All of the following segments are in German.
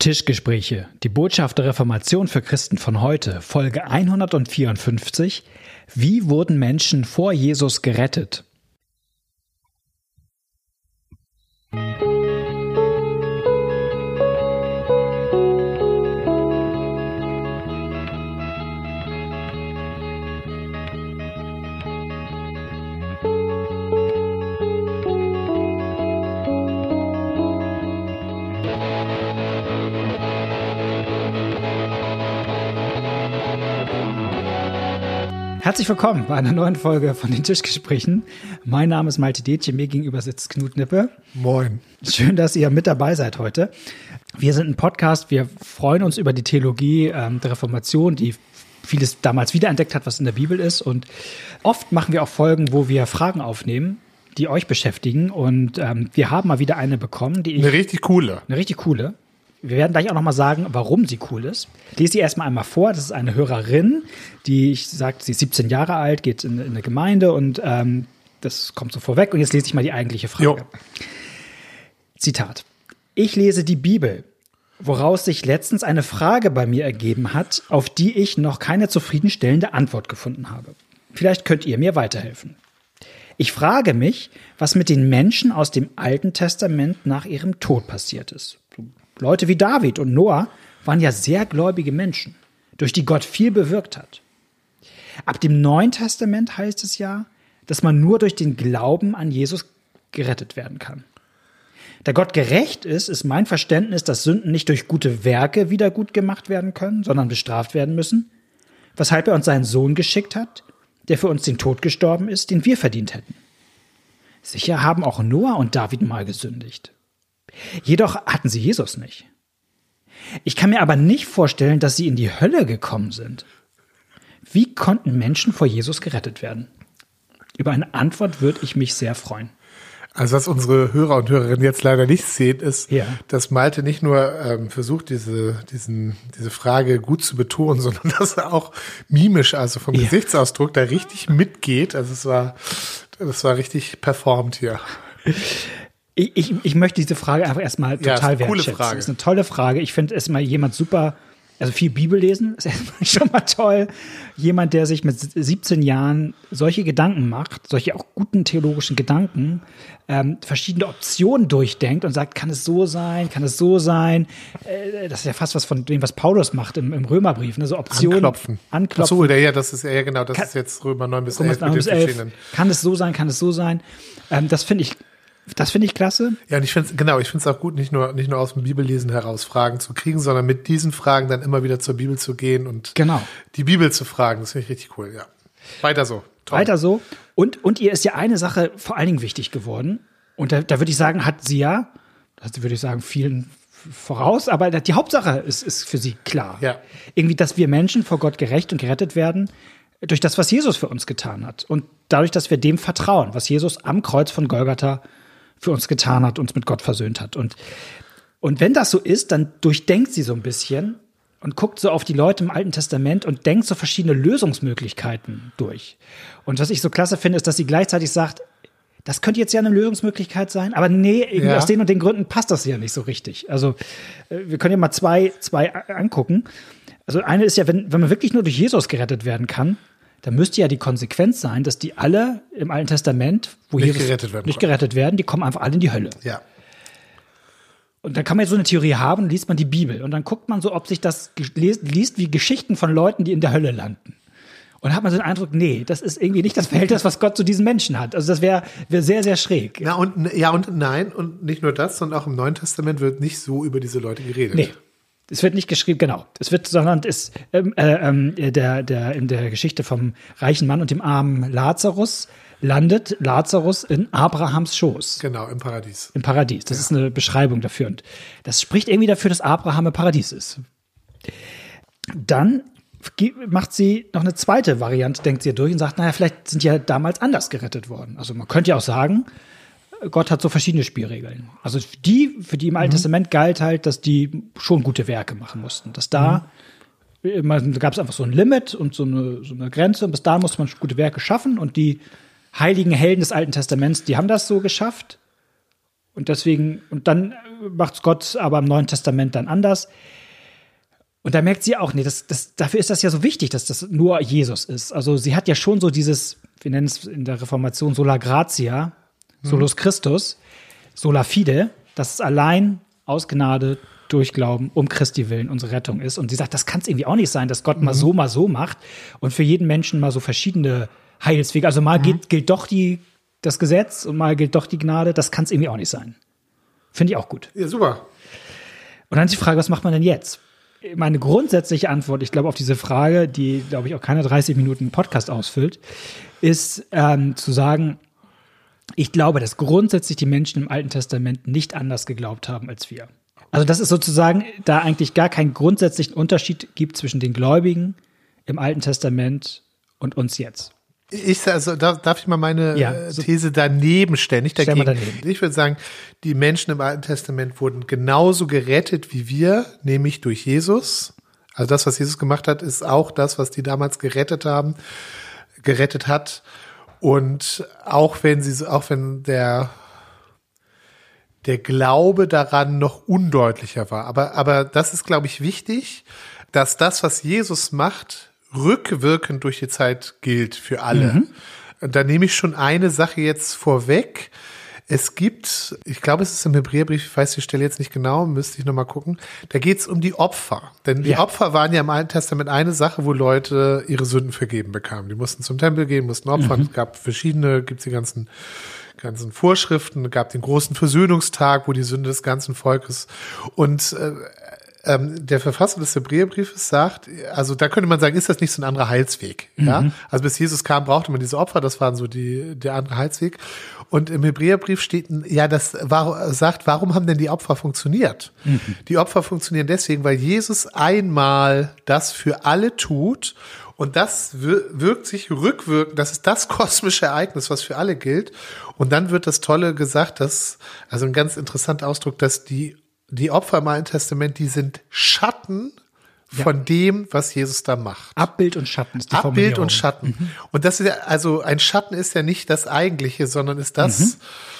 Tischgespräche, die Botschaft der Reformation für Christen von heute, Folge 154. Wie wurden Menschen vor Jesus gerettet? Herzlich willkommen bei einer neuen Folge von den Tischgesprächen. Mein Name ist Malte Detje, mir gegenüber sitzt Knut Nippe. Moin. Schön, dass ihr mit dabei seid heute. Wir sind ein Podcast, wir freuen uns über die Theologie der Reformation, die vieles damals wiederentdeckt hat, was in der Bibel ist. Und oft machen wir auch Folgen, wo wir Fragen aufnehmen, die euch beschäftigen. Und wir haben mal wieder eine bekommen, die Eine richtig coole. Wir werden gleich auch nochmal sagen, warum sie cool ist. Ich lese sie erstmal einmal vor. Das ist eine Hörerin, sie ist 17 Jahre alt, geht in eine Gemeinde und das kommt so vorweg. Und jetzt lese ich mal die eigentliche Frage. Jo. Zitat. Ich lese die Bibel, woraus sich letztens eine Frage bei mir ergeben hat, auf die ich noch keine zufriedenstellende Antwort gefunden habe. Vielleicht könnt ihr mir weiterhelfen. Ich frage mich, was mit den Menschen aus dem Alten Testament nach ihrem Tod passiert ist. Leute wie David und Noah waren ja sehr gläubige Menschen, durch die Gott viel bewirkt hat. Ab dem Neuen Testament heißt es ja, dass man nur durch den Glauben an Jesus gerettet werden kann. Da Gott gerecht ist, ist mein Verständnis, dass Sünden nicht durch gute Werke wieder gut gemacht werden können, sondern bestraft werden müssen, weshalb er uns seinen Sohn geschickt hat, der für uns den Tod gestorben ist, den wir verdient hätten. Sicher haben auch Noah und David mal gesündigt. Jedoch hatten sie Jesus nicht. Ich kann mir aber nicht vorstellen, dass sie in die Hölle gekommen sind. Wie konnten Menschen vor Jesus gerettet werden? Über eine Antwort würde ich mich sehr freuen. Also was unsere Hörer und Hörerinnen jetzt leider nicht sehen, ist, Ja. dass Malte nicht nur versucht, diese Frage gut zu betonen, sondern dass er auch mimisch, also vom Gesichtsausdruck, da richtig mitgeht. Also das war richtig performt hier. Ich möchte diese Frage einfach erstmal total wertschätzen. Coole Frage. Das ist eine tolle Frage. Ich finde erstmal jemand super, also viel Bibel lesen ist erstmal schon mal toll. Jemand, der sich mit 17 Jahren solche Gedanken macht, solche auch guten theologischen Gedanken, verschiedene Optionen durchdenkt und sagt, kann es so sein, kann es so sein. Das ist ja fast was von dem, was Paulus macht im Römerbrief. Ne? So Optionen. Anklopfen. Ach so, das ist ja genau, das ist jetzt Römer 9 bis 11 mit den verschiedenen. Kann es so sein, kann es so sein. Das finde ich klasse. Ja, und ich finde es auch gut, nicht nur aus dem Bibellesen heraus Fragen zu kriegen, sondern mit diesen Fragen dann immer wieder zur Bibel zu gehen und die Bibel zu fragen. Das finde ich richtig cool, ja. Weiter so. Toll. Weiter so. Und ihr ist ja eine Sache vor allen Dingen wichtig geworden. Und da würde ich sagen, hat sie ja, das würde ich sagen, vielen voraus, aber die Hauptsache ist für sie klar. Ja. Irgendwie, dass wir Menschen vor Gott gerecht und gerettet werden durch das, was Jesus für uns getan hat. Und dadurch, dass wir dem vertrauen, was Jesus am Kreuz von Golgatha für uns getan hat, uns mit Gott versöhnt hat. Und wenn das so ist, dann durchdenkt sie so ein bisschen und guckt so auf die Leute im Alten Testament und denkt so verschiedene Lösungsmöglichkeiten durch. Und was ich so klasse finde, ist, dass sie gleichzeitig sagt, das könnte jetzt ja eine Lösungsmöglichkeit sein, aber nee, irgendwie aus den und den Gründen passt das ja nicht so richtig. Also wir können ja mal zwei angucken. Also eine ist ja, wenn man wirklich nur durch Jesus gerettet werden kann, dann müsste ja die Konsequenz sein, dass die alle im Alten Testament, wo nicht Jesus nicht gerettet werden, die kommen einfach alle in die Hölle. Ja. Und dann kann man jetzt so eine Theorie haben und liest man die Bibel. Und dann guckt man so, ob sich das liest wie Geschichten von Leuten, die in der Hölle landen. Und dann hat man so den Eindruck, nee, das ist irgendwie nicht das Verhältnis, was Gott zu diesen Menschen hat. Also das wäre sehr, sehr schräg. Und nein, und nicht nur das, sondern auch im Neuen Testament wird nicht so über diese Leute geredet. Nee. Es wird nicht geschrieben, genau. Sondern es in der Geschichte vom reichen Mann und dem armen Lazarus landet Lazarus in Abrahams Schoß. Genau, im Paradies. Im Paradies. Das ist eine Beschreibung dafür. Und das spricht irgendwie dafür, dass Abraham im Paradies ist. Dann macht sie noch eine zweite Variante, denkt sie durch und sagt, naja, vielleicht sind ja damals anders gerettet worden. Also man könnte ja auch sagen, Gott hat so verschiedene Spielregeln. Also für die im Alten Testament galt halt, dass die schon gute Werke machen mussten. Dass da gab es einfach so ein Limit und so eine Grenze und bis da musste man gute Werke schaffen und die heiligen Helden des Alten Testaments, die haben das so geschafft. Und deswegen, und dann macht's Gott aber im Neuen Testament dann anders. Und da merkt sie auch, nee, dafür ist das ja so wichtig, dass das nur Jesus ist. Also sie hat ja schon so dieses, wir nennen es in der Reformation Sola Gratia, Solus Christus, Sola Fide, dass es allein aus Gnade durch Glauben um Christi willen unsere Rettung ist. Und sie sagt, das kann es irgendwie auch nicht sein, dass Gott mal so macht und für jeden Menschen mal so verschiedene Heilswege. Also mal gilt doch das Gesetz und mal gilt doch die Gnade. Das kann es irgendwie auch nicht sein. Finde ich auch gut. Ja, super. Und dann ist die Frage, was macht man denn jetzt? Meine grundsätzliche Antwort, ich glaube, auf diese Frage, die, glaube ich, auch keine 30 Minuten Podcast ausfüllt, ist zu sagen, ich glaube, dass grundsätzlich die Menschen im Alten Testament nicht anders geglaubt haben als wir. Also dass es sozusagen da eigentlich gar keinen grundsätzlichen Unterschied gibt zwischen den Gläubigen im Alten Testament und uns jetzt. Darf ich mal meine These daneben stellen, nicht dagegen. Daneben. Ich würde sagen, die Menschen im Alten Testament wurden genauso gerettet wie wir, nämlich durch Jesus. Also das, was Jesus gemacht hat, ist auch das, was die damals gerettet hat. Und auch wenn der Glaube daran noch undeutlicher war. Aber das ist, glaube ich, wichtig, dass das, was Jesus macht, rückwirkend durch die Zeit gilt für alle. Und da nehme ich schon eine Sache jetzt vorweg. Es gibt, ich glaube, es ist im Hebräerbrief, ich weiß die Stelle jetzt nicht genau, müsste ich nochmal gucken, da geht es um die Opfer. Denn die Opfer waren ja im Alten Testament eine Sache, wo Leute ihre Sünden vergeben bekamen. Die mussten zum Tempel gehen, mussten opfern. Es gab gibt's die ganzen Vorschriften, es gab den großen Versöhnungstag, wo die Sünde des ganzen Volkes und der Verfasser des Hebräerbriefes sagt, also da könnte man sagen, ist das nicht so ein anderer Heilsweg? Ja, also bis Jesus kam, brauchte man diese Opfer, das waren so der andere Heilsweg. Und im Hebräerbrief steht, warum haben denn die Opfer funktioniert? Die Opfer funktionieren deswegen, weil Jesus einmal das für alle tut und das wirkt sich rückwirkend, das ist das kosmische Ereignis, was für alle gilt. Und dann wird das Tolle gesagt, also ein ganz interessanter Ausdruck, dass die Opfer im Alten Testament, die sind Schatten von dem, was Jesus da macht. Abbild und Schatten ist die Abbild Formulierung. und Schatten. Und das ist ja, also ein Schatten ist ja nicht das Eigentliche, sondern ist das,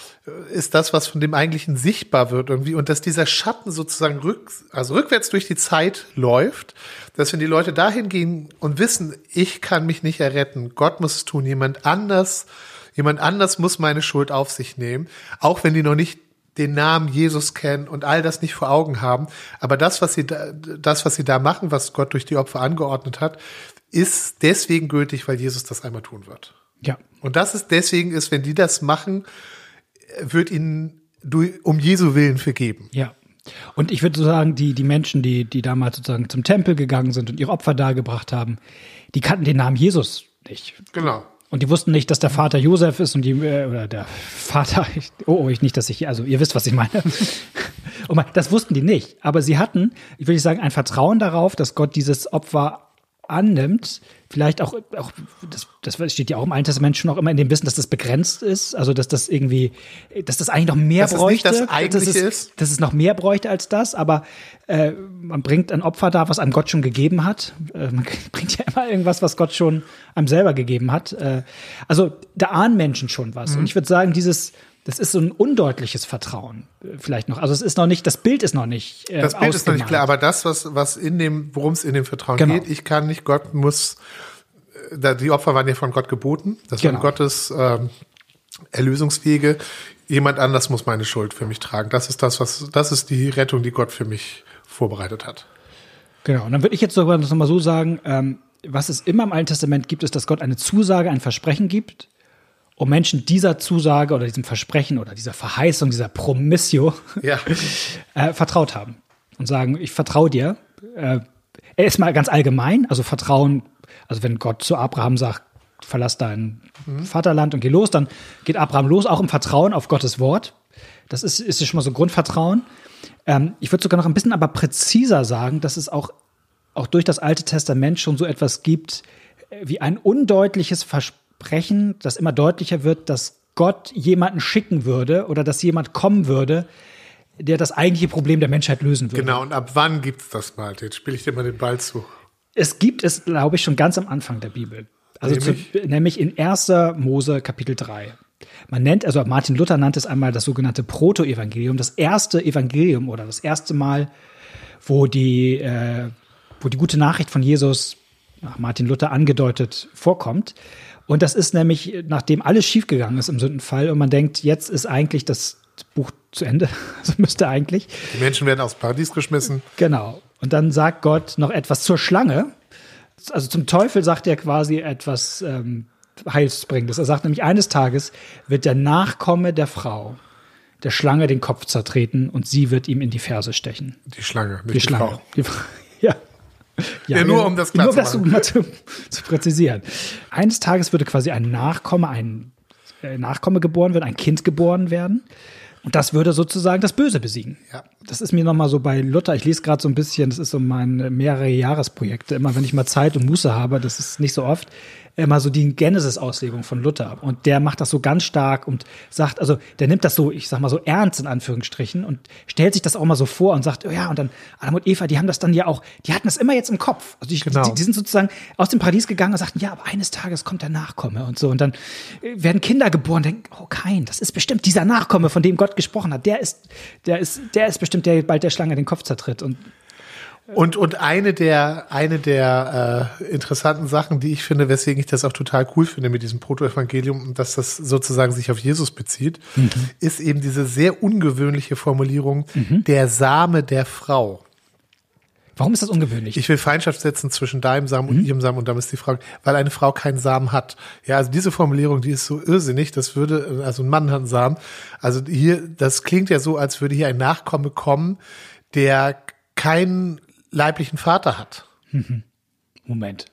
was von dem Eigentlichen sichtbar wird irgendwie. Und dass dieser Schatten sozusagen rückwärts durch die Zeit läuft, dass wenn die Leute dahin gehen und wissen, ich kann mich nicht erretten, Gott muss es tun, jemand anders muss meine Schuld auf sich nehmen, auch wenn die noch nicht den Namen Jesus kennen und all das nicht vor Augen haben. Aber das, was sie da machen, was Gott durch die Opfer angeordnet hat, ist deswegen gültig, weil Jesus das einmal tun wird. Ja. Und deswegen ist, wenn die das machen, wird ihnen um Jesu Willen vergeben. Ja. Und ich würde so sagen, die Menschen, die damals sozusagen zum Tempel gegangen sind und ihre Opfer dargebracht haben, die kannten den Namen Jesus nicht. Genau. Und die wussten nicht, dass der Vater Josef ist und oder der Vater, also ihr wisst, was ich meine. Und das wussten die nicht. Aber sie hatten, ich würde sagen, ein Vertrauen darauf, dass Gott dieses Opfer annimmt. Vielleicht auch das steht ja auch im Alten Testament schon auch immer in dem Wissen, dass das begrenzt ist. Also, dass das eigentlich noch mehr bräuchte. Dass es nicht das Eigentliche ist. Dass es noch mehr bräuchte als das. Aber man bringt ein Opfer da, was einem Gott schon gegeben hat. Man bringt ja immer irgendwas, was Gott schon einem selber gegeben hat. Also, da ahnen Menschen schon was. Und ich würde sagen, das ist so ein undeutliches Vertrauen vielleicht noch. Also es ist noch nicht, das Bild ist noch nicht das Bild ist noch nicht klar, aber das, worum es in dem Vertrauen geht, ich kann nicht, Gott muss, die Opfer waren ja von Gott geboten, das waren Gottes Erlösungswege, jemand anders muss meine Schuld für mich tragen. Das ist die Rettung, die Gott für mich vorbereitet hat. Genau, und dann würde ich jetzt sogar noch mal so sagen, was es immer im Alten Testament gibt, ist, dass Gott eine Zusage, ein Versprechen gibt, um Menschen dieser Zusage oder diesem Versprechen oder dieser Verheißung, dieser Promissio vertraut haben und sagen, ich vertraue dir. Erstmal ganz allgemein, also Vertrauen, also wenn Gott zu Abraham sagt, verlass dein Vaterland und geh los, dann geht Abraham los, auch im Vertrauen auf Gottes Wort. Das ist schon mal so Grundvertrauen. Ich würde sogar noch ein bisschen aber präziser sagen, dass es auch durch das Alte Testament schon so etwas gibt, wie ein undeutliches Versprechen, das immer deutlicher wird, dass Gott jemanden schicken würde oder dass jemand kommen würde, der das eigentliche Problem der Menschheit lösen würde. Genau, und ab wann gibt es das mal? Jetzt spiele ich dir mal den Ball zu. Es gibt es, glaube ich, schon ganz am Anfang der Bibel. Also nämlich in 1. Mose Kapitel 3. Man nennt, also Martin Luther nannte es einmal das sogenannte Protoevangelium, das erste Evangelium oder das erste Mal, wo die gute Nachricht von Jesus, nach Martin Luther angedeutet, vorkommt. Und das ist nämlich, nachdem alles schiefgegangen ist im Sündenfall und man denkt, jetzt ist eigentlich das Buch zu Ende, so müsste eigentlich. Die Menschen werden aufs Paradies geschmissen. Genau. Und dann sagt Gott noch etwas zur Schlange. Also zum Teufel sagt er quasi etwas Heilsbringendes. Er sagt nämlich, eines Tages wird der Nachkomme der Frau der Schlange den Kopf zertreten und sie wird ihm in die Ferse stechen. Die Schlange, nicht die Schlange. Frau. Ja. Ja, nur um das klar zu machen. Nur das zu präzisieren. Eines Tages würde quasi ein Nachkomme geboren werden, ein Kind geboren werden. Und das würde sozusagen das Böse besiegen. Ja. Das ist mir nochmal so bei Luther, ich lese gerade so ein bisschen, das ist so mein mehrere Jahresprojekte, immer wenn ich mal Zeit und Muße habe, das ist nicht so oft, immer so die Genesis-Auslegung von Luther. Und der macht das so ganz stark und sagt, also der nimmt das so, ich sag mal so ernst in Anführungsstrichen und stellt sich das auch mal so vor und sagt, oh ja, und dann Adam und Eva, die haben das dann ja auch, die hatten das immer jetzt im Kopf. Also die sind sozusagen aus dem Paradies gegangen und sagten, ja, aber eines Tages kommt der Nachkomme und so. Und dann werden Kinder geboren und denken, oh Kain, das ist bestimmt dieser Nachkomme, von dem Gott gesprochen hat. Der ist bestimmt, der bald der Schlange den Kopf zertritt. Und eine der interessanten Sachen, die ich finde, weswegen ich das auch total cool finde mit diesem Protoevangelium, dass das sozusagen sich auf Jesus bezieht, ist eben diese sehr ungewöhnliche Formulierung, der Same der Frau. Warum ist das ungewöhnlich? Ich will Feindschaft setzen zwischen deinem Samen und ihrem Samen und dann ist die Frage, weil eine Frau keinen Samen hat. Ja, also diese Formulierung, die ist so irrsinnig, das würde, also ein Mann hat einen Samen. Also hier, das klingt ja so, als würde hier ein Nachkomme kommen, der keinen leiblichen Vater hat. Moment.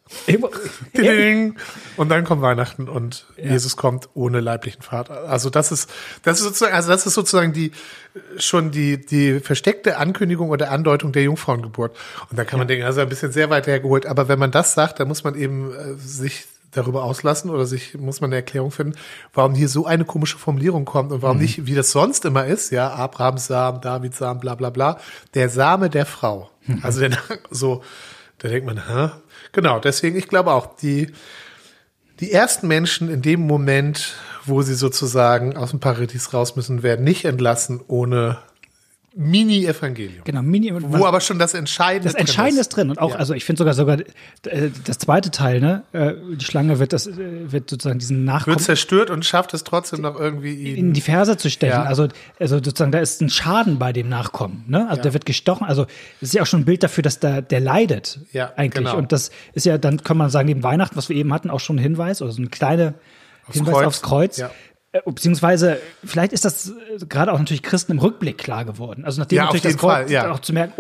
Und dann kommt Weihnachten und Jesus kommt ohne leiblichen Vater. Also das ist sozusagen die versteckte Ankündigung oder Andeutung der Jungfrauengeburt. Und da kann man denken, also ein bisschen sehr weit hergeholt. Aber wenn man das sagt, dann muss man eben sich darüber auslassen oder muss man eine Erklärung finden, warum hier so eine komische Formulierung kommt und warum nicht, wie das sonst immer ist, ja, Abrahams Samen, Davids Samen, bla bla bla, der Same der Frau. Also da denkt man, genau, deswegen, ich glaube auch, die ersten Menschen in dem Moment, wo sie sozusagen aus dem Paradies raus müssen, werden nicht entlassen ohne Mini-Evangelium. Genau, wo aber schon das Entscheidende ist drin. Und auch, also ich finde sogar das zweite Teil, ne, die Schlange wird sozusagen diesen Nachkommen. Wird zerstört und schafft es trotzdem noch irgendwie ihn in die Ferse zu stechen. Ja. Also sozusagen, da ist ein Schaden bei dem Nachkommen, ne? Also der wird gestochen. Also das ist ja auch schon ein Bild dafür, dass der leidet. Ja, eigentlich. genau. Und das ist ja, dann kann man sagen, neben Weihnachten, was wir eben hatten, auch schon ein Hinweis oder so ein kleiner Hinweis aufs Kreuz. Ja. Beziehungsweise, vielleicht ist das gerade auch natürlich Christen im Rückblick klar geworden. Also nachdem natürlich das Kreuz auch zu merken,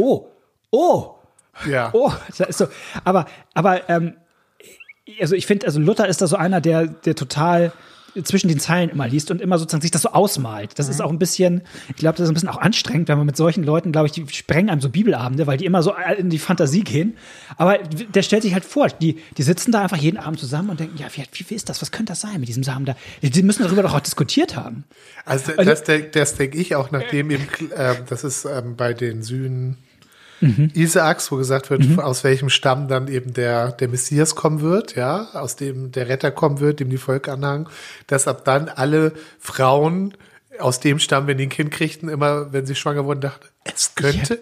das ist so. Aber also ich finde, also Luther ist da so einer, der total zwischen den Zeilen immer liest und immer sozusagen sich das so ausmalt. Das ist auch ein bisschen, ich glaube, das ist ein bisschen auch anstrengend, wenn man mit solchen Leuten, glaube ich, die sprengen einem so Bibelabende, weil die immer so in die Fantasie gehen. Aber der stellt sich halt vor, die sitzen da einfach jeden Abend zusammen und denken, ja, wie ist das? Was könnte das sein mit diesem Samen da? Die müssen darüber doch auch diskutiert haben. Also das denke ich auch, nachdem eben, das ist bei den Sühnen Isaaks, wo gesagt wird, aus welchem Stamm dann eben der Messias kommen wird, ja, aus dem der Retter kommen wird, dem die Völker anhangen, dass ab dann alle Frauen aus dem Stamm, wenn die ein Kind kriegten, immer, wenn sie schwanger wurden, dachten, es könnte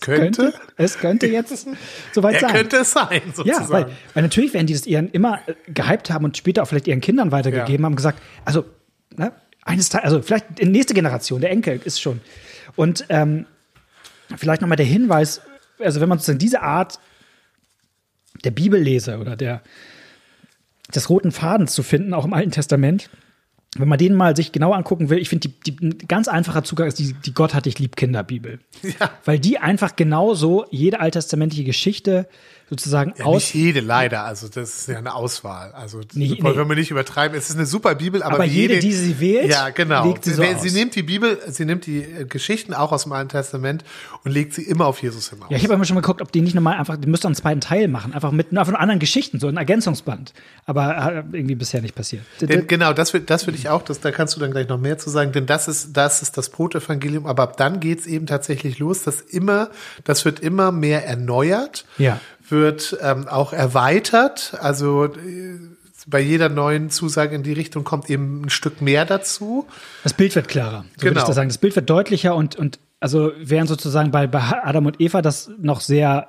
jetzt soweit sein. Könnte es sein, sozusagen. Ja, weil natürlich werden die das immer gehypt haben und später auch vielleicht ihren Kindern weitergegeben haben, gesagt, also, ne, eines Tages, also vielleicht die nächste Generation, der Enkel ist schon. Und vielleicht nochmal der Hinweis, also wenn man sozusagen diese Art der Bibellese oder des roten Fadens zu finden, auch im Alten Testament, wenn man den mal sich genau angucken will, ich finde, ein ganz einfacher Zugang ist die Gott hat dich lieb Kinder-Bibel. Ja. Weil die einfach genauso jede alttestamentliche Geschichte sozusagen nicht jede, leider. Also das ist ja eine Auswahl. Also wollen wir nicht übertreiben. Es ist eine super Bibel, aber jede, die sie wählt, ja, genau. legt sie so aus. Sie nimmt die Bibel, sie nimmt die Geschichten auch aus dem Alten Testament und legt sie immer auf Jesus hinaus. Ja, ich habe immer schon mal geguckt, ob die nicht nochmal einfach, die müsste einen zweiten Teil machen, einfach mit anderen Geschichten, so ein Ergänzungsband. Aber irgendwie bisher nicht passiert. Genau, das würde ich auch, da kannst du dann gleich noch mehr zu sagen, denn das ist das Brotevangelium, aber ab dann geht's eben tatsächlich los, das wird immer mehr erneuert. Ja. Wird auch erweitert, also bei jeder neuen Zusage in die Richtung kommt eben ein Stück mehr dazu. Das Bild wird klarer, so würde ich das sagen. Das Bild wird deutlicher und also während sozusagen bei Adam und Eva das noch sehr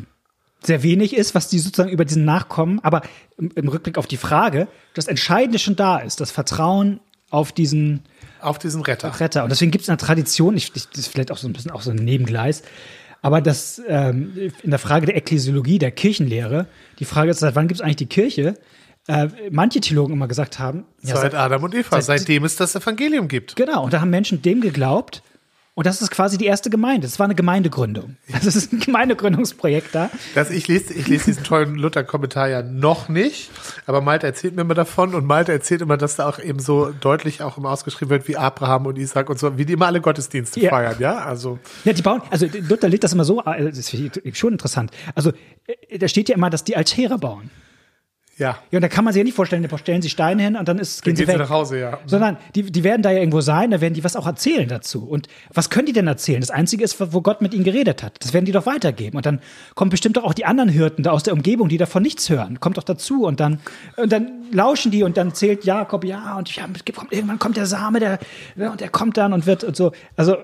wenig ist, was die sozusagen über diesen Nachkommen, aber im Rückblick auf die Frage, das Entscheidende schon da ist, das Vertrauen auf diesen Retter. Und deswegen gibt es eine Tradition, das ist vielleicht auch so ein bisschen auch so ein Nebengleis, aber das in der Frage der Ekklesiologie, der Kirchenlehre, die Frage ist, seit wann gibt es eigentlich die Kirche? Manche Theologen immer gesagt haben, seit Adam und Eva, seitdem es das Evangelium gibt. Genau, und da haben Menschen dem geglaubt. Und das ist quasi die erste Gemeinde. Das war eine Gemeindegründung. Das ist ein Gemeindegründungsprojekt da. Ich lese diesen tollen Luther-Kommentar ja noch nicht, aber Malte erzählt mir immer davon und Malte erzählt immer, dass da auch eben so deutlich auch immer ausgeschrieben wird, wie Abraham und Isaac und so, wie die immer alle Gottesdienste feiern, ja? Also. Ja, Luther legt das immer so, das finde ich schon interessant. Also, da steht ja immer, dass die Altäre bauen. Ja. Ja, und da kann man sich ja nicht vorstellen, da stellen sie Steine hin und dann gehen sie weg. Nach Hause, ja. Sondern die werden da ja irgendwo sein, da werden die was auch erzählen dazu. Und was können die denn erzählen? Das Einzige ist, wo Gott mit ihnen geredet hat. Das werden die doch weitergeben. Und dann kommen bestimmt doch auch die anderen Hirten da aus der Umgebung, die davon nichts hören. Kommt doch dazu und dann lauschen die und dann zählt Jakob, und irgendwann kommt der Same, und der kommt dann und wird und so. Also,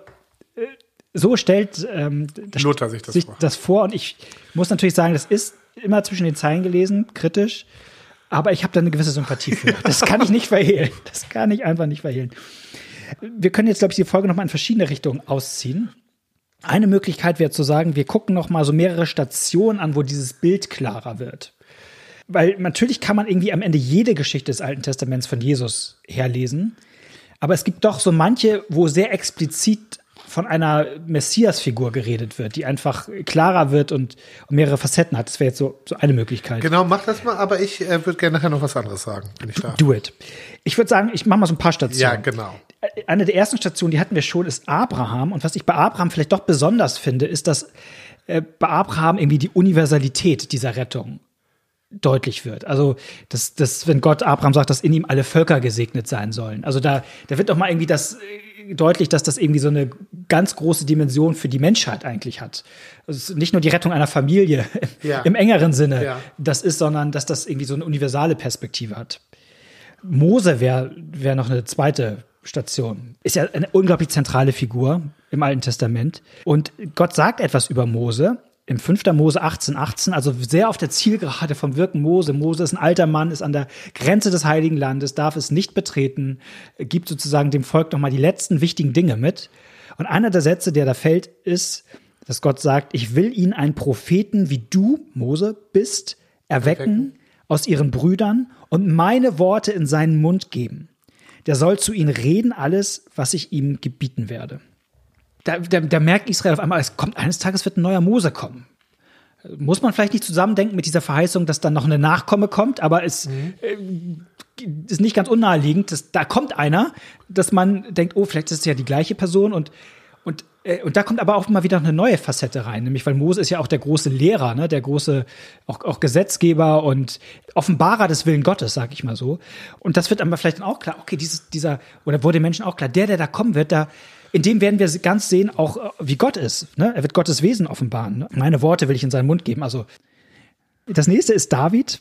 so stellt Luther sich das vor. Und ich muss natürlich sagen, das ist immer zwischen den Zeilen gelesen, kritisch, aber ich habe da eine gewisse Sympathie für. Das kann ich nicht verhehlen. Das kann ich einfach nicht verhehlen. Wir können jetzt, glaube ich, die Folge noch mal in verschiedene Richtungen ausziehen. Eine Möglichkeit wäre zu sagen, wir gucken noch mal so mehrere Stationen an, wo dieses Bild klarer wird. Weil natürlich kann man irgendwie am Ende jede Geschichte des Alten Testaments von Jesus herlesen, aber es gibt doch so manche, wo sehr explizit von einer Messias-Figur geredet wird, die einfach klarer wird und mehrere Facetten hat. Das wäre jetzt so eine Möglichkeit. Genau, mach das mal, aber ich würde gerne nachher noch was anderes sagen, wenn ich darf. Do it. Ich würde sagen, ich mache mal so ein paar Stationen. Ja, genau. Eine der ersten Stationen, die hatten wir schon, ist Abraham. Und was ich bei Abraham vielleicht doch besonders finde, ist, dass bei Abraham irgendwie die Universalität dieser Rettung deutlich wird. Also, wenn Gott Abraham sagt, dass in ihm alle Völker gesegnet sein sollen. Also da wird doch mal irgendwie das deutlich, dass das irgendwie so eine ganz große Dimension für die Menschheit eigentlich hat. Also nicht nur die Rettung einer Familie im engeren Sinne das ist, sondern dass das irgendwie so eine universale Perspektive hat. Mose wäre noch eine zweite Station. Ist ja eine unglaublich zentrale Figur im Alten Testament. Und Gott sagt etwas über Mose. Im 5. Mose 18,18, also sehr auf der Zielgerade vom Wirken Mose. Mose ist ein alter Mann, ist an der Grenze des Heiligen Landes, darf es nicht betreten, gibt sozusagen dem Volk nochmal die letzten wichtigen Dinge mit. Und einer der Sätze, der da fällt, ist, dass Gott sagt, ich will ihnen einen Propheten, wie du, Mose, bist, erwecken aus ihren Brüdern und meine Worte in seinen Mund geben. Der soll zu ihnen reden, alles, was ich ihm gebieten werde. Da merkt Israel auf einmal, eines Tages wird ein neuer Mose kommen. Muss man vielleicht nicht zusammendenken mit dieser Verheißung, dass dann noch eine Nachkomme kommt, aber es ist nicht ganz unnaheliegend, da kommt einer, dass man denkt, oh, vielleicht ist es ja die gleiche Person und da kommt aber auch mal wieder eine neue Facette rein, nämlich weil Mose ist ja auch der große Lehrer, ne, der große auch Gesetzgeber und Offenbarer des Willen Gottes, sag ich mal so. Und das wird aber vielleicht dann auch klar, okay, oder wurde den Menschen auch klar, der da kommen wird, in dem werden wir ganz sehen, auch wie Gott ist. Ne? Er wird Gottes Wesen offenbaren. Ne? Meine Worte will ich in seinen Mund geben. Also das nächste ist David.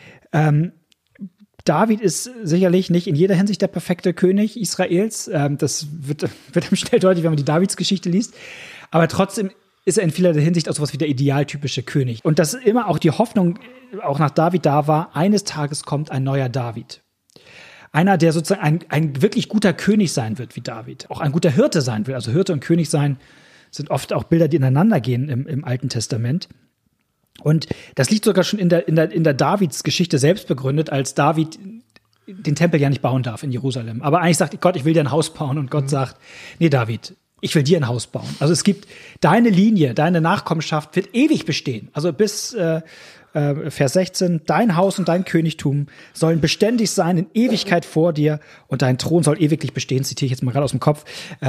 David ist sicherlich nicht in jeder Hinsicht der perfekte König Israels. Das wird einem schnell deutlich, wenn man die Davidsgeschichte liest. Aber trotzdem ist er in vieler Hinsicht auch sowas wie der idealtypische König. Und dass immer auch die Hoffnung auch nach David da war, eines Tages kommt ein neuer David. Einer, der sozusagen ein wirklich guter König sein wird wie David. Auch ein guter Hirte sein will. Also Hirte und König sein sind oft auch Bilder, die ineinander gehen im Alten Testament. Und das liegt sogar schon in der Davids Geschichte selbst begründet, als David den Tempel ja nicht bauen darf in Jerusalem. Aber eigentlich sagt Gott, ich will dir ein Haus bauen. Und Gott sagt, nee, David, ich will dir ein Haus bauen. Also es gibt deine Linie, deine Nachkommenschaft wird ewig bestehen. Also bis Vers 16, dein Haus und dein Königtum sollen beständig sein in Ewigkeit vor dir und dein Thron soll ewiglich bestehen, zitiere ich jetzt mal gerade aus dem Kopf.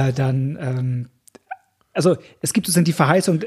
Also es gibt sozusagen die Verheißung,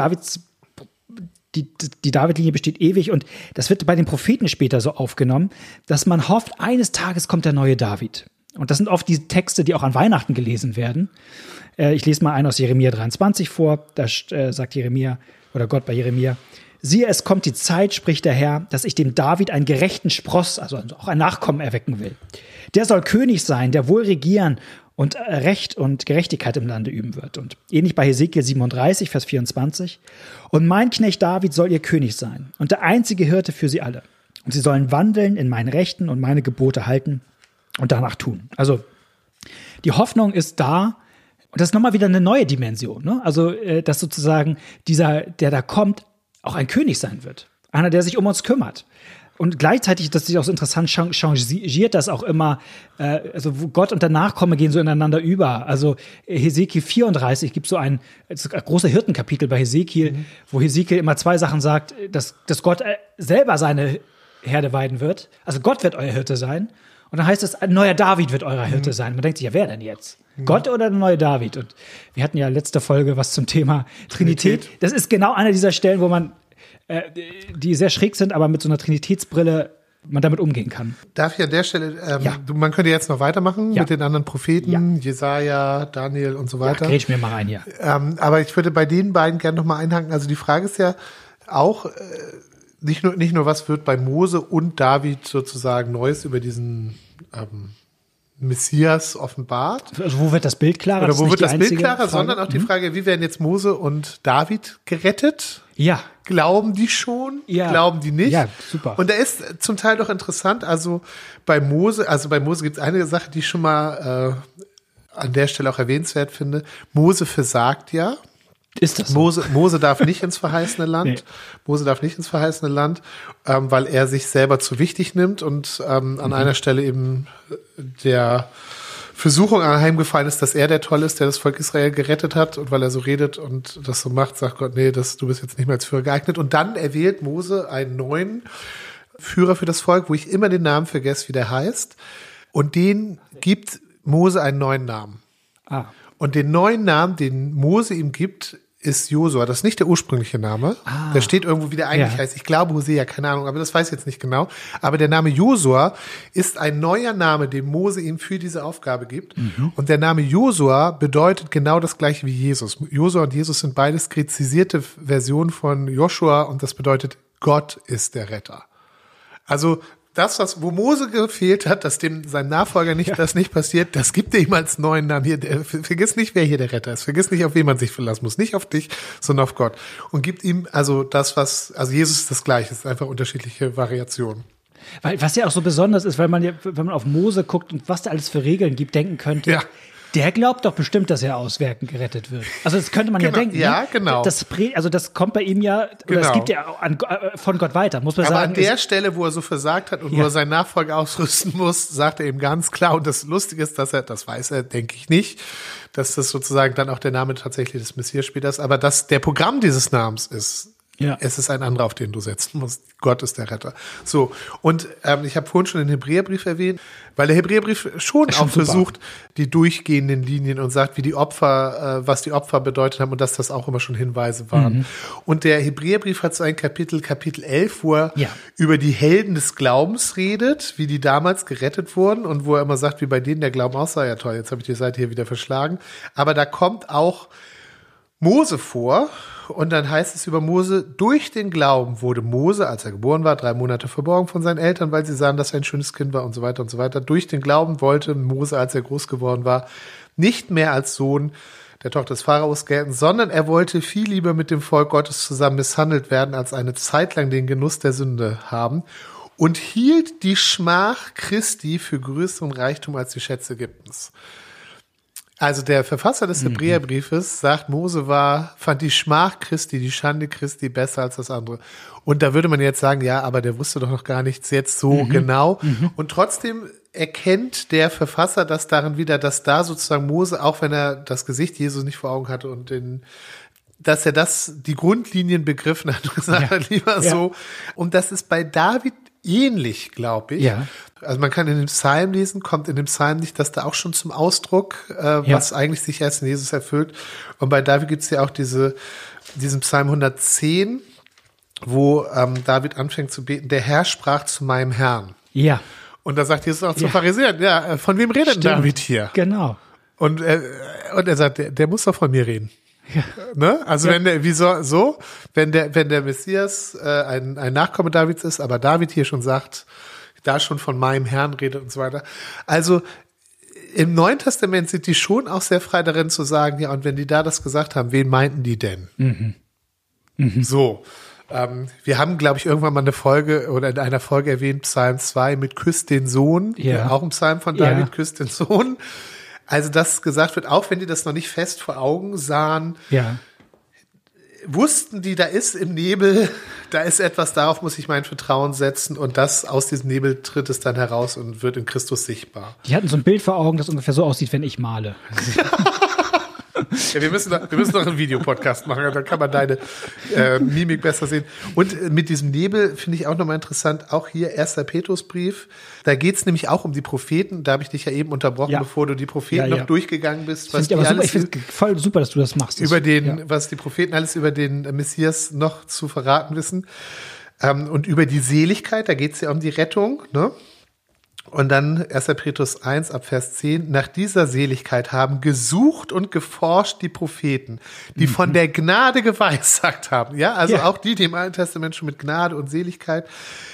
die David-Linie besteht ewig und das wird bei den Propheten später so aufgenommen, dass man hofft, eines Tages kommt der neue David. Und das sind oft die Texte, die auch an Weihnachten gelesen werden. Ich lese mal einen aus Jeremia 23 vor, da sagt Jeremia oder Gott bei Jeremia, Siehe, es kommt die Zeit, spricht der Herr, dass ich dem David einen gerechten Spross, also auch ein Nachkommen erwecken will. Der soll König sein, der wohl regieren und Recht und Gerechtigkeit im Lande üben wird. Und ähnlich bei Hesekiel 37, Vers 24. Und mein Knecht David soll ihr König sein und der einzige Hirte für sie alle. Und sie sollen wandeln in meinen Rechten und meine Gebote halten und danach tun. Also die Hoffnung ist da. Und das ist nochmal wieder eine neue Dimension. Ne? Also, dass sozusagen der da kommt, auch ein König sein wird. Einer, der sich um uns kümmert. Und gleichzeitig, das ist auch so interessant, changiert das auch immer, also wo Gott und der Nachkomme gehen so ineinander über. Also Hesekiel 34 gibt so ein großes Hirtenkapitel bei Hesekiel, wo Hesekiel immer zwei Sachen sagt, dass Gott selber seine Herde weiden wird. Also Gott wird euer Hirte sein. Und dann heißt es, ein neuer David wird euer Hirte sein. Man denkt sich, ja, wer denn jetzt? Gott oder der neue David? Und wir hatten ja letzte Folge was zum Thema Trinität. Das ist genau einer dieser Stellen, wo man, die sehr schräg sind, aber mit so einer Trinitätsbrille man damit umgehen kann. Darf ich an der Stelle, man könnte jetzt noch weitermachen mit den anderen Propheten, Jesaja, Daniel und so weiter. Ja, grätsch mir mal rein hier. Aber ich würde bei den beiden gerne noch mal einhaken. Also die Frage ist ja auch, nicht nur, was wird bei Mose und David sozusagen Neues über diesen Messias offenbart. Also wo wird das Bild klarer? Oder wo wird das Bild klarer, sondern auch die Frage, wie werden jetzt Mose und David gerettet? Ja. Glauben die schon? Ja. Glauben die nicht? Ja, super. Und da ist zum Teil doch interessant, also bei Mose gibt es eine Sache, die ich schon mal an der Stelle auch erwähnenswert finde. Mose versagt ja. Ist das so? Mose darf nicht ins verheißene Land. Nee. Mose darf nicht ins verheißene Land, weil er sich selber zu wichtig nimmt und an einer Stelle eben der Versuchung anheimgefallen ist, dass er der Tolle ist, der das Volk Israel gerettet hat. Und weil er so redet und das so macht, sagt Gott, nee, du bist jetzt nicht mehr als Führer geeignet. Und dann erwählt Mose einen neuen Führer für das Volk, wo ich immer den Namen vergesse, wie der heißt. Und den gibt Mose einen neuen Namen. Und den neuen Namen, den Mose ihm gibt, ist Josua. Das ist nicht der ursprüngliche Name. Der steht irgendwo, wie der eigentlich heißt. Ich glaube Hosea, keine Ahnung, aber das weiß ich jetzt nicht genau. Aber der Name Josua ist ein neuer Name, den Mose ihm für diese Aufgabe gibt. Und der Name Josua bedeutet genau das gleiche wie Jesus. Josua und Jesus sind beides kritisierte Versionen von Joshua und das bedeutet, Gott ist der Retter. Also das, wo Mose gefehlt hat, dass dem seinem Nachfolger das nicht passiert, das gibt er ihm als neuen Namen. Hier, vergiss nicht, wer hier der Retter ist. Vergiss nicht, auf wen man sich verlassen muss. Nicht auf dich, sondern auf Gott. Und gibt ihm also Jesus ist das Gleiche. Es ist einfach unterschiedliche Variationen. Weil, was ja auch so besonders ist, wenn man auf Mose guckt und was da alles für Regeln gibt, denken könnte, der glaubt doch bestimmt, dass er aus Werken gerettet wird. Also das könnte man ja denken. Ja, genau. Das kommt bei ihm ja, oder das gibt ja von Gott weiter, muss man sagen. Aber an der Stelle, wo er so versagt hat und wo er seinen Nachfolger ausrüsten muss, sagt er ihm ganz klar, und das Lustige ist, das weiß er, denke ich nicht, dass das sozusagen dann auch der Name tatsächlich des Messias später ist, aber dass der Programm dieses Namens ist. Ja. Es ist ein anderer, auf den du setzen musst. Gott ist der Retter. So, und ich habe vorhin schon den Hebräerbrief erwähnt, weil der Hebräerbrief schon auch versucht, die durchgehenden Linien und sagt, was die Opfer bedeutet haben und dass das auch immer schon Hinweise waren. Und der Hebräerbrief hat so ein Kapitel 11, wo er über die Helden des Glaubens redet, wie die damals gerettet wurden und wo er immer sagt, wie bei denen der Glauben aussah. Ja toll, jetzt habe ich die Seite hier wieder verschlagen. Aber da kommt auch Mose vor. Und dann heißt es über Mose, durch den Glauben wurde Mose, als er geboren war, 3 Monate verborgen von seinen Eltern, weil sie sahen, dass er ein schönes Kind war und so weiter und so weiter. Durch den Glauben wollte Mose, als er groß geworden war, nicht mehr als Sohn der Tochter des Pharaos gelten, sondern er wollte viel lieber mit dem Volk Gottes zusammen misshandelt werden, als eine Zeit lang den Genuss der Sünde haben. Und hielt die Schmach Christi für größeren Reichtum als die Schätze Ägyptens. Also der Verfasser des Hebräerbriefes sagt, Mose fand die Schmach Christi, die Schande Christi besser als das andere. Und da würde man jetzt sagen, ja, aber der wusste doch noch gar nichts jetzt so genau. Und trotzdem erkennt der Verfasser das darin wieder, dass da sozusagen Mose, auch wenn er das Gesicht Jesus nicht vor Augen hatte und dass er die Grundlinien begriffen hat und gesagt hat, lieber so. Und das ist bei David ähnlich, glaube ich. Ja. Also man kann in den Psalm lesen, kommt in dem Psalm nicht, dass da auch schon zum Ausdruck, was eigentlich sich erst in Jesus erfüllt. Und bei David gibt es ja auch diesen Psalm 110, wo David anfängt zu beten, der Herr sprach zu meinem Herrn. Ja. Und da sagt Jesus auch zum Pharisäern, von wem redet David hier? Genau. Und er sagt, der muss doch von mir reden. Ja. Ne? Also wenn der, wenn der Messias ein Nachkomme Davids ist, aber David hier schon sagt, da schon von meinem Herrn redet und so weiter. Also im Neuen Testament sind die schon auch sehr frei darin zu sagen, ja, und wenn die da das gesagt haben, wen meinten die denn? So. Wir haben, glaube ich, irgendwann mal eine Folge oder in einer Folge erwähnt, Psalm 2 mit Küss den Sohn, auch ein Psalm von David, Küss den Sohn. Also, dass gesagt wird, auch wenn die das noch nicht fest vor Augen sahen, wussten die, da ist im Nebel, da ist etwas, darauf muss ich mein Vertrauen setzen und das aus diesem Nebel tritt es dann heraus und wird in Christus sichtbar. Die hatten so ein Bild vor Augen, das ungefähr so aussieht, wenn ich male. Ja, wir müssen noch einen Videopodcast machen, dann kann man deine Mimik besser sehen. Und mit diesem Nebel finde ich auch nochmal interessant, auch hier 1. Petrusbrief, da geht es nämlich auch um die Propheten, da habe ich dich ja eben unterbrochen, bevor du die Propheten noch durchgegangen bist. Was ich finde es voll super, dass du das machst. Was die Propheten alles über den Messias noch zu verraten wissen. Und über die Seligkeit, da geht es ja um die Rettung, ne? Und dann 1. Petrus 1 ab Vers 10, nach dieser Seligkeit haben gesucht und geforscht die Propheten, die von der Gnade geweissagt haben. Ja, also auch die im Alten Testament schon mit Gnade und Seligkeit.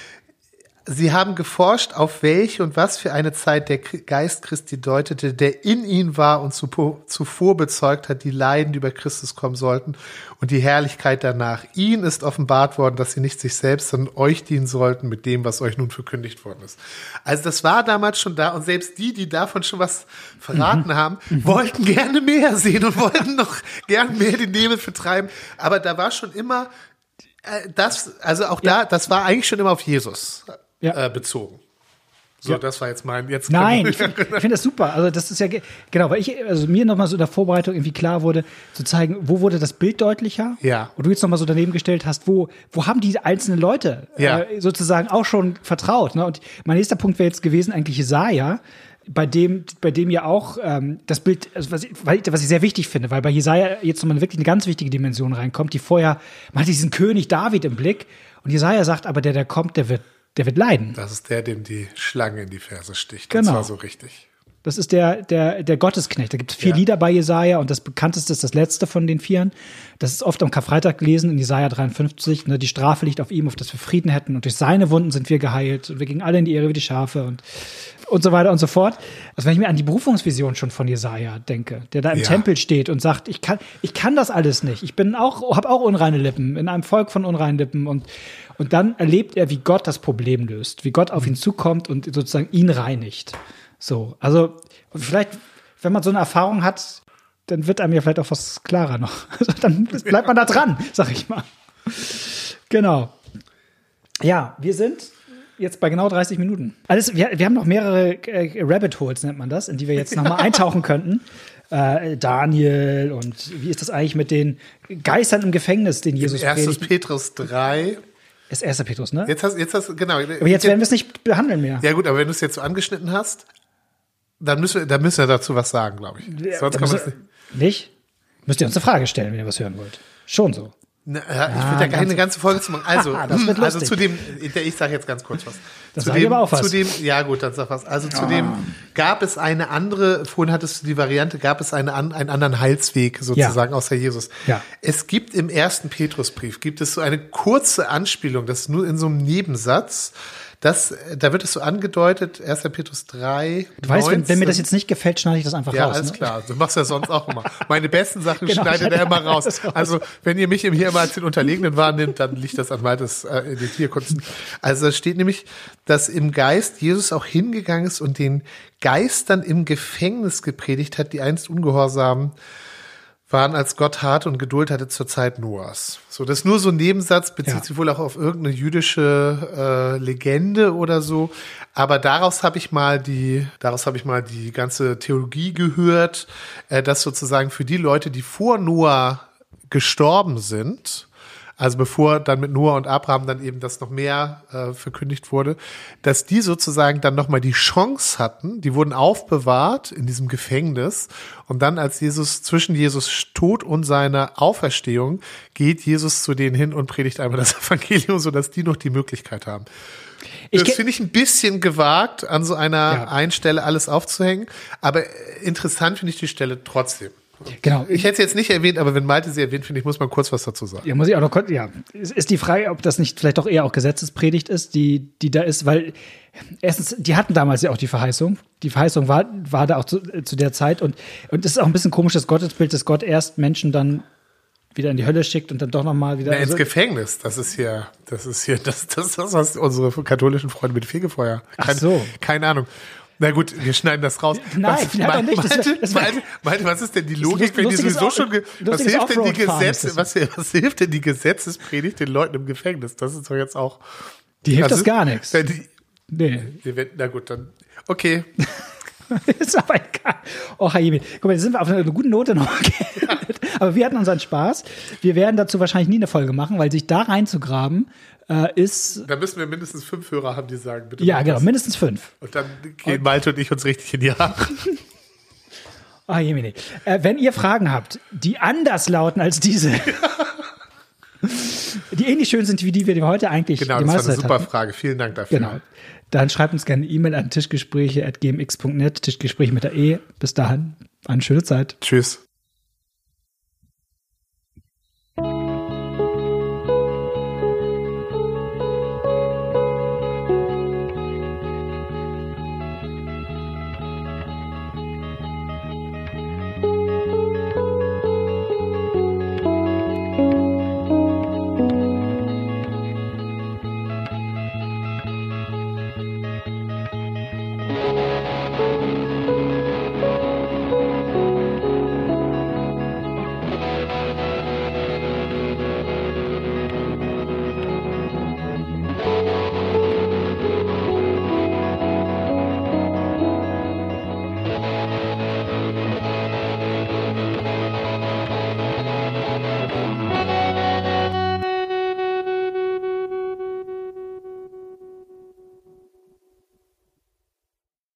Sie haben geforscht, auf welche und was für eine Zeit der Geist Christi deutete, der in ihnen war und zuvor bezeugt hat, die Leiden, die über Christus kommen sollten und die Herrlichkeit danach. Ihnen ist offenbart worden, dass sie nicht sich selbst, sondern euch dienen sollten mit dem, was euch nun verkündigt worden ist. Also das war damals schon da und selbst die davon schon was verraten haben, wollten gerne mehr sehen und wollten noch gerne mehr den Nebel vertreiben. Aber da war schon immer das war eigentlich schon immer auf Jesus bezogen. So, das war jetzt Nein, ich finde das super. Also das ist ja, genau, weil mir nochmal so in der Vorbereitung irgendwie klar wurde, zu zeigen, wo wurde das Bild deutlicher? Ja. Und du jetzt nochmal so daneben gestellt hast, wo haben die einzelnen Leute sozusagen auch schon vertraut? Ne? Und mein nächster Punkt wäre jetzt gewesen, eigentlich Jesaja, bei dem ja auch das Bild, also was ich sehr wichtig finde, weil bei Jesaja jetzt nochmal wirklich eine ganz wichtige Dimension reinkommt, die vorher, man hat diesen König David im Blick und Jesaja sagt, aber der kommt, der wird leiden. Das ist der, dem die Schlange in die Ferse sticht. Genau. Das war so richtig. Das ist der Gottesknecht. Da gibt es 4 Lieder bei Jesaja und das bekannteste ist das letzte von den 4. Das ist oft am Karfreitag gelesen in Jesaja 53. Ne, die Strafe liegt auf ihm, auf das wir Frieden hätten und durch seine Wunden sind wir geheilt und wir gingen alle in die Ehre wie die Schafe und so weiter und so fort. Also wenn ich mir an die Berufungsvision schon von Jesaja denke, der da im Tempel steht und sagt, ich kann das alles nicht. Ich habe auch unreine Lippen, in einem Volk von unreinen Lippen und dann erlebt er, wie Gott das Problem löst, wie Gott auf ihn zukommt und sozusagen ihn reinigt. So, also vielleicht, wenn man so eine Erfahrung hat, dann wird einem ja vielleicht auch was klarer noch. Also dann bleibt man da dran, sag ich mal. Genau. Ja, wir sind jetzt bei genau 30 Minuten. Wir haben noch mehrere Rabbit Holes, nennt man das, in die wir jetzt nochmal eintauchen könnten. Daniel und wie ist das eigentlich mit den Geistern im Gefängnis, den Jesus predigt? 1. Petrus 3. Ist 1. Petrus, ne? Jetzt hast genau. Aber jetzt werden wir es nicht behandeln mehr. Ja gut, aber wenn du es jetzt so angeschnitten hast, dann müssen wir dazu was sagen, glaube ich. Sonst kann man es nicht. Müsst ihr uns eine Frage stellen, wenn ihr was hören wollt. Schon so. Ich würde da gar eine ganze Folge zu machen. Also zu dem, ich sage jetzt ganz kurz was. Das sage ich aber auch was. Ja gut, dann sag was. Also zu dem gab es eine andere, vorhin hattest du die Variante, gab es einen anderen Heilsweg sozusagen außer Jesus. Ja. Es gibt im 1. Petrusbrief, gibt es so eine kurze Anspielung, das ist nur in so einem Nebensatz, da wird es so angedeutet, 1. Petrus 3, Du weißt, wenn mir das jetzt nicht gefällt, schneide ich das einfach raus. Ja, alles klar. Du machst ja sonst auch immer. Meine besten Sachen schneidet er immer raus. Also, wenn ihr mich hier immer als den Unterlegenen wahrnimmt, dann liegt das an meines Editierkunsten. Also, es steht nämlich, dass im Geist Jesus auch hingegangen ist und den Geistern im Gefängnis gepredigt hat, die einst ungehorsam waren, als Gott hart und Geduld hatte zur Zeit Noahs. So, das ist nur so ein Nebensatz, bezieht sich wohl auch auf irgendeine jüdische Legende oder so. Aber daraus habe ich mal die ganze Theologie gehört, dass sozusagen für die Leute, die vor Noah gestorben sind, also bevor dann mit Noah und Abraham dann eben das noch mehr verkündigt wurde, dass die sozusagen dann nochmal die Chance hatten, die wurden aufbewahrt in diesem Gefängnis und dann als zwischen Jesus Tod und seiner Auferstehung geht Jesus zu denen hin und predigt einmal das Evangelium, sodass die noch die Möglichkeit haben. Das finde ich ein bisschen gewagt, an so einer einen Stelle alles aufzuhängen, aber interessant finde ich die Stelle trotzdem. Genau. Ich hätte es jetzt nicht erwähnt, aber wenn Malte sie erwähnt, finde ich, muss man kurz was dazu sagen. Ja, muss ich auch noch kurz, ja. Ist die Frage, ob das nicht vielleicht doch eher auch Gesetzespredigt ist, die da ist, weil erstens, die hatten damals ja auch die Verheißung. Die Verheißung war da auch zu der Zeit und es ist auch ein bisschen komisch, das Gottesbild, dass Gott erst Menschen dann wieder in die Hölle schickt und dann doch nochmal wieder. Ins Gefängnis. Das ist das, was unsere katholischen Freunde mit Fegefeuer. Ach so. Keine Ahnung. Na gut, wir schneiden das raus. Nein, vielleicht auch nicht. Malte, was ist denn die Logik, wenn die sowieso schon, was hilft denn die Gesetzespredigt den Leuten im Gefängnis? Das ist doch jetzt auch. Die hilft das gar nichts. Nee. Na gut, dann, okay. Ist aber egal. Oh, Jaime. Guck mal, jetzt sind wir auf einer guten Note noch geendet. Aber wir hatten unseren Spaß. Wir werden dazu wahrscheinlich nie eine Folge machen, weil sich da reinzugraben ist. Da müssen wir mindestens 5 Hörer haben, die sagen, bitte. Ja, genau, mindestens 5. Und dann gehen Malte und ich uns richtig in die Haare. Oh, Jaime. Wenn ihr Fragen habt, die anders lauten als diese, die ähnlich schön sind wie die wir heute eigentlich Genau, das war eine super Frage. Vielen Dank dafür. Genau. Dann schreibt uns gerne eine E-Mail an tischgespräche@gmx.net, Tischgespräche mit der E. Bis dahin, eine schöne Zeit. Tschüss.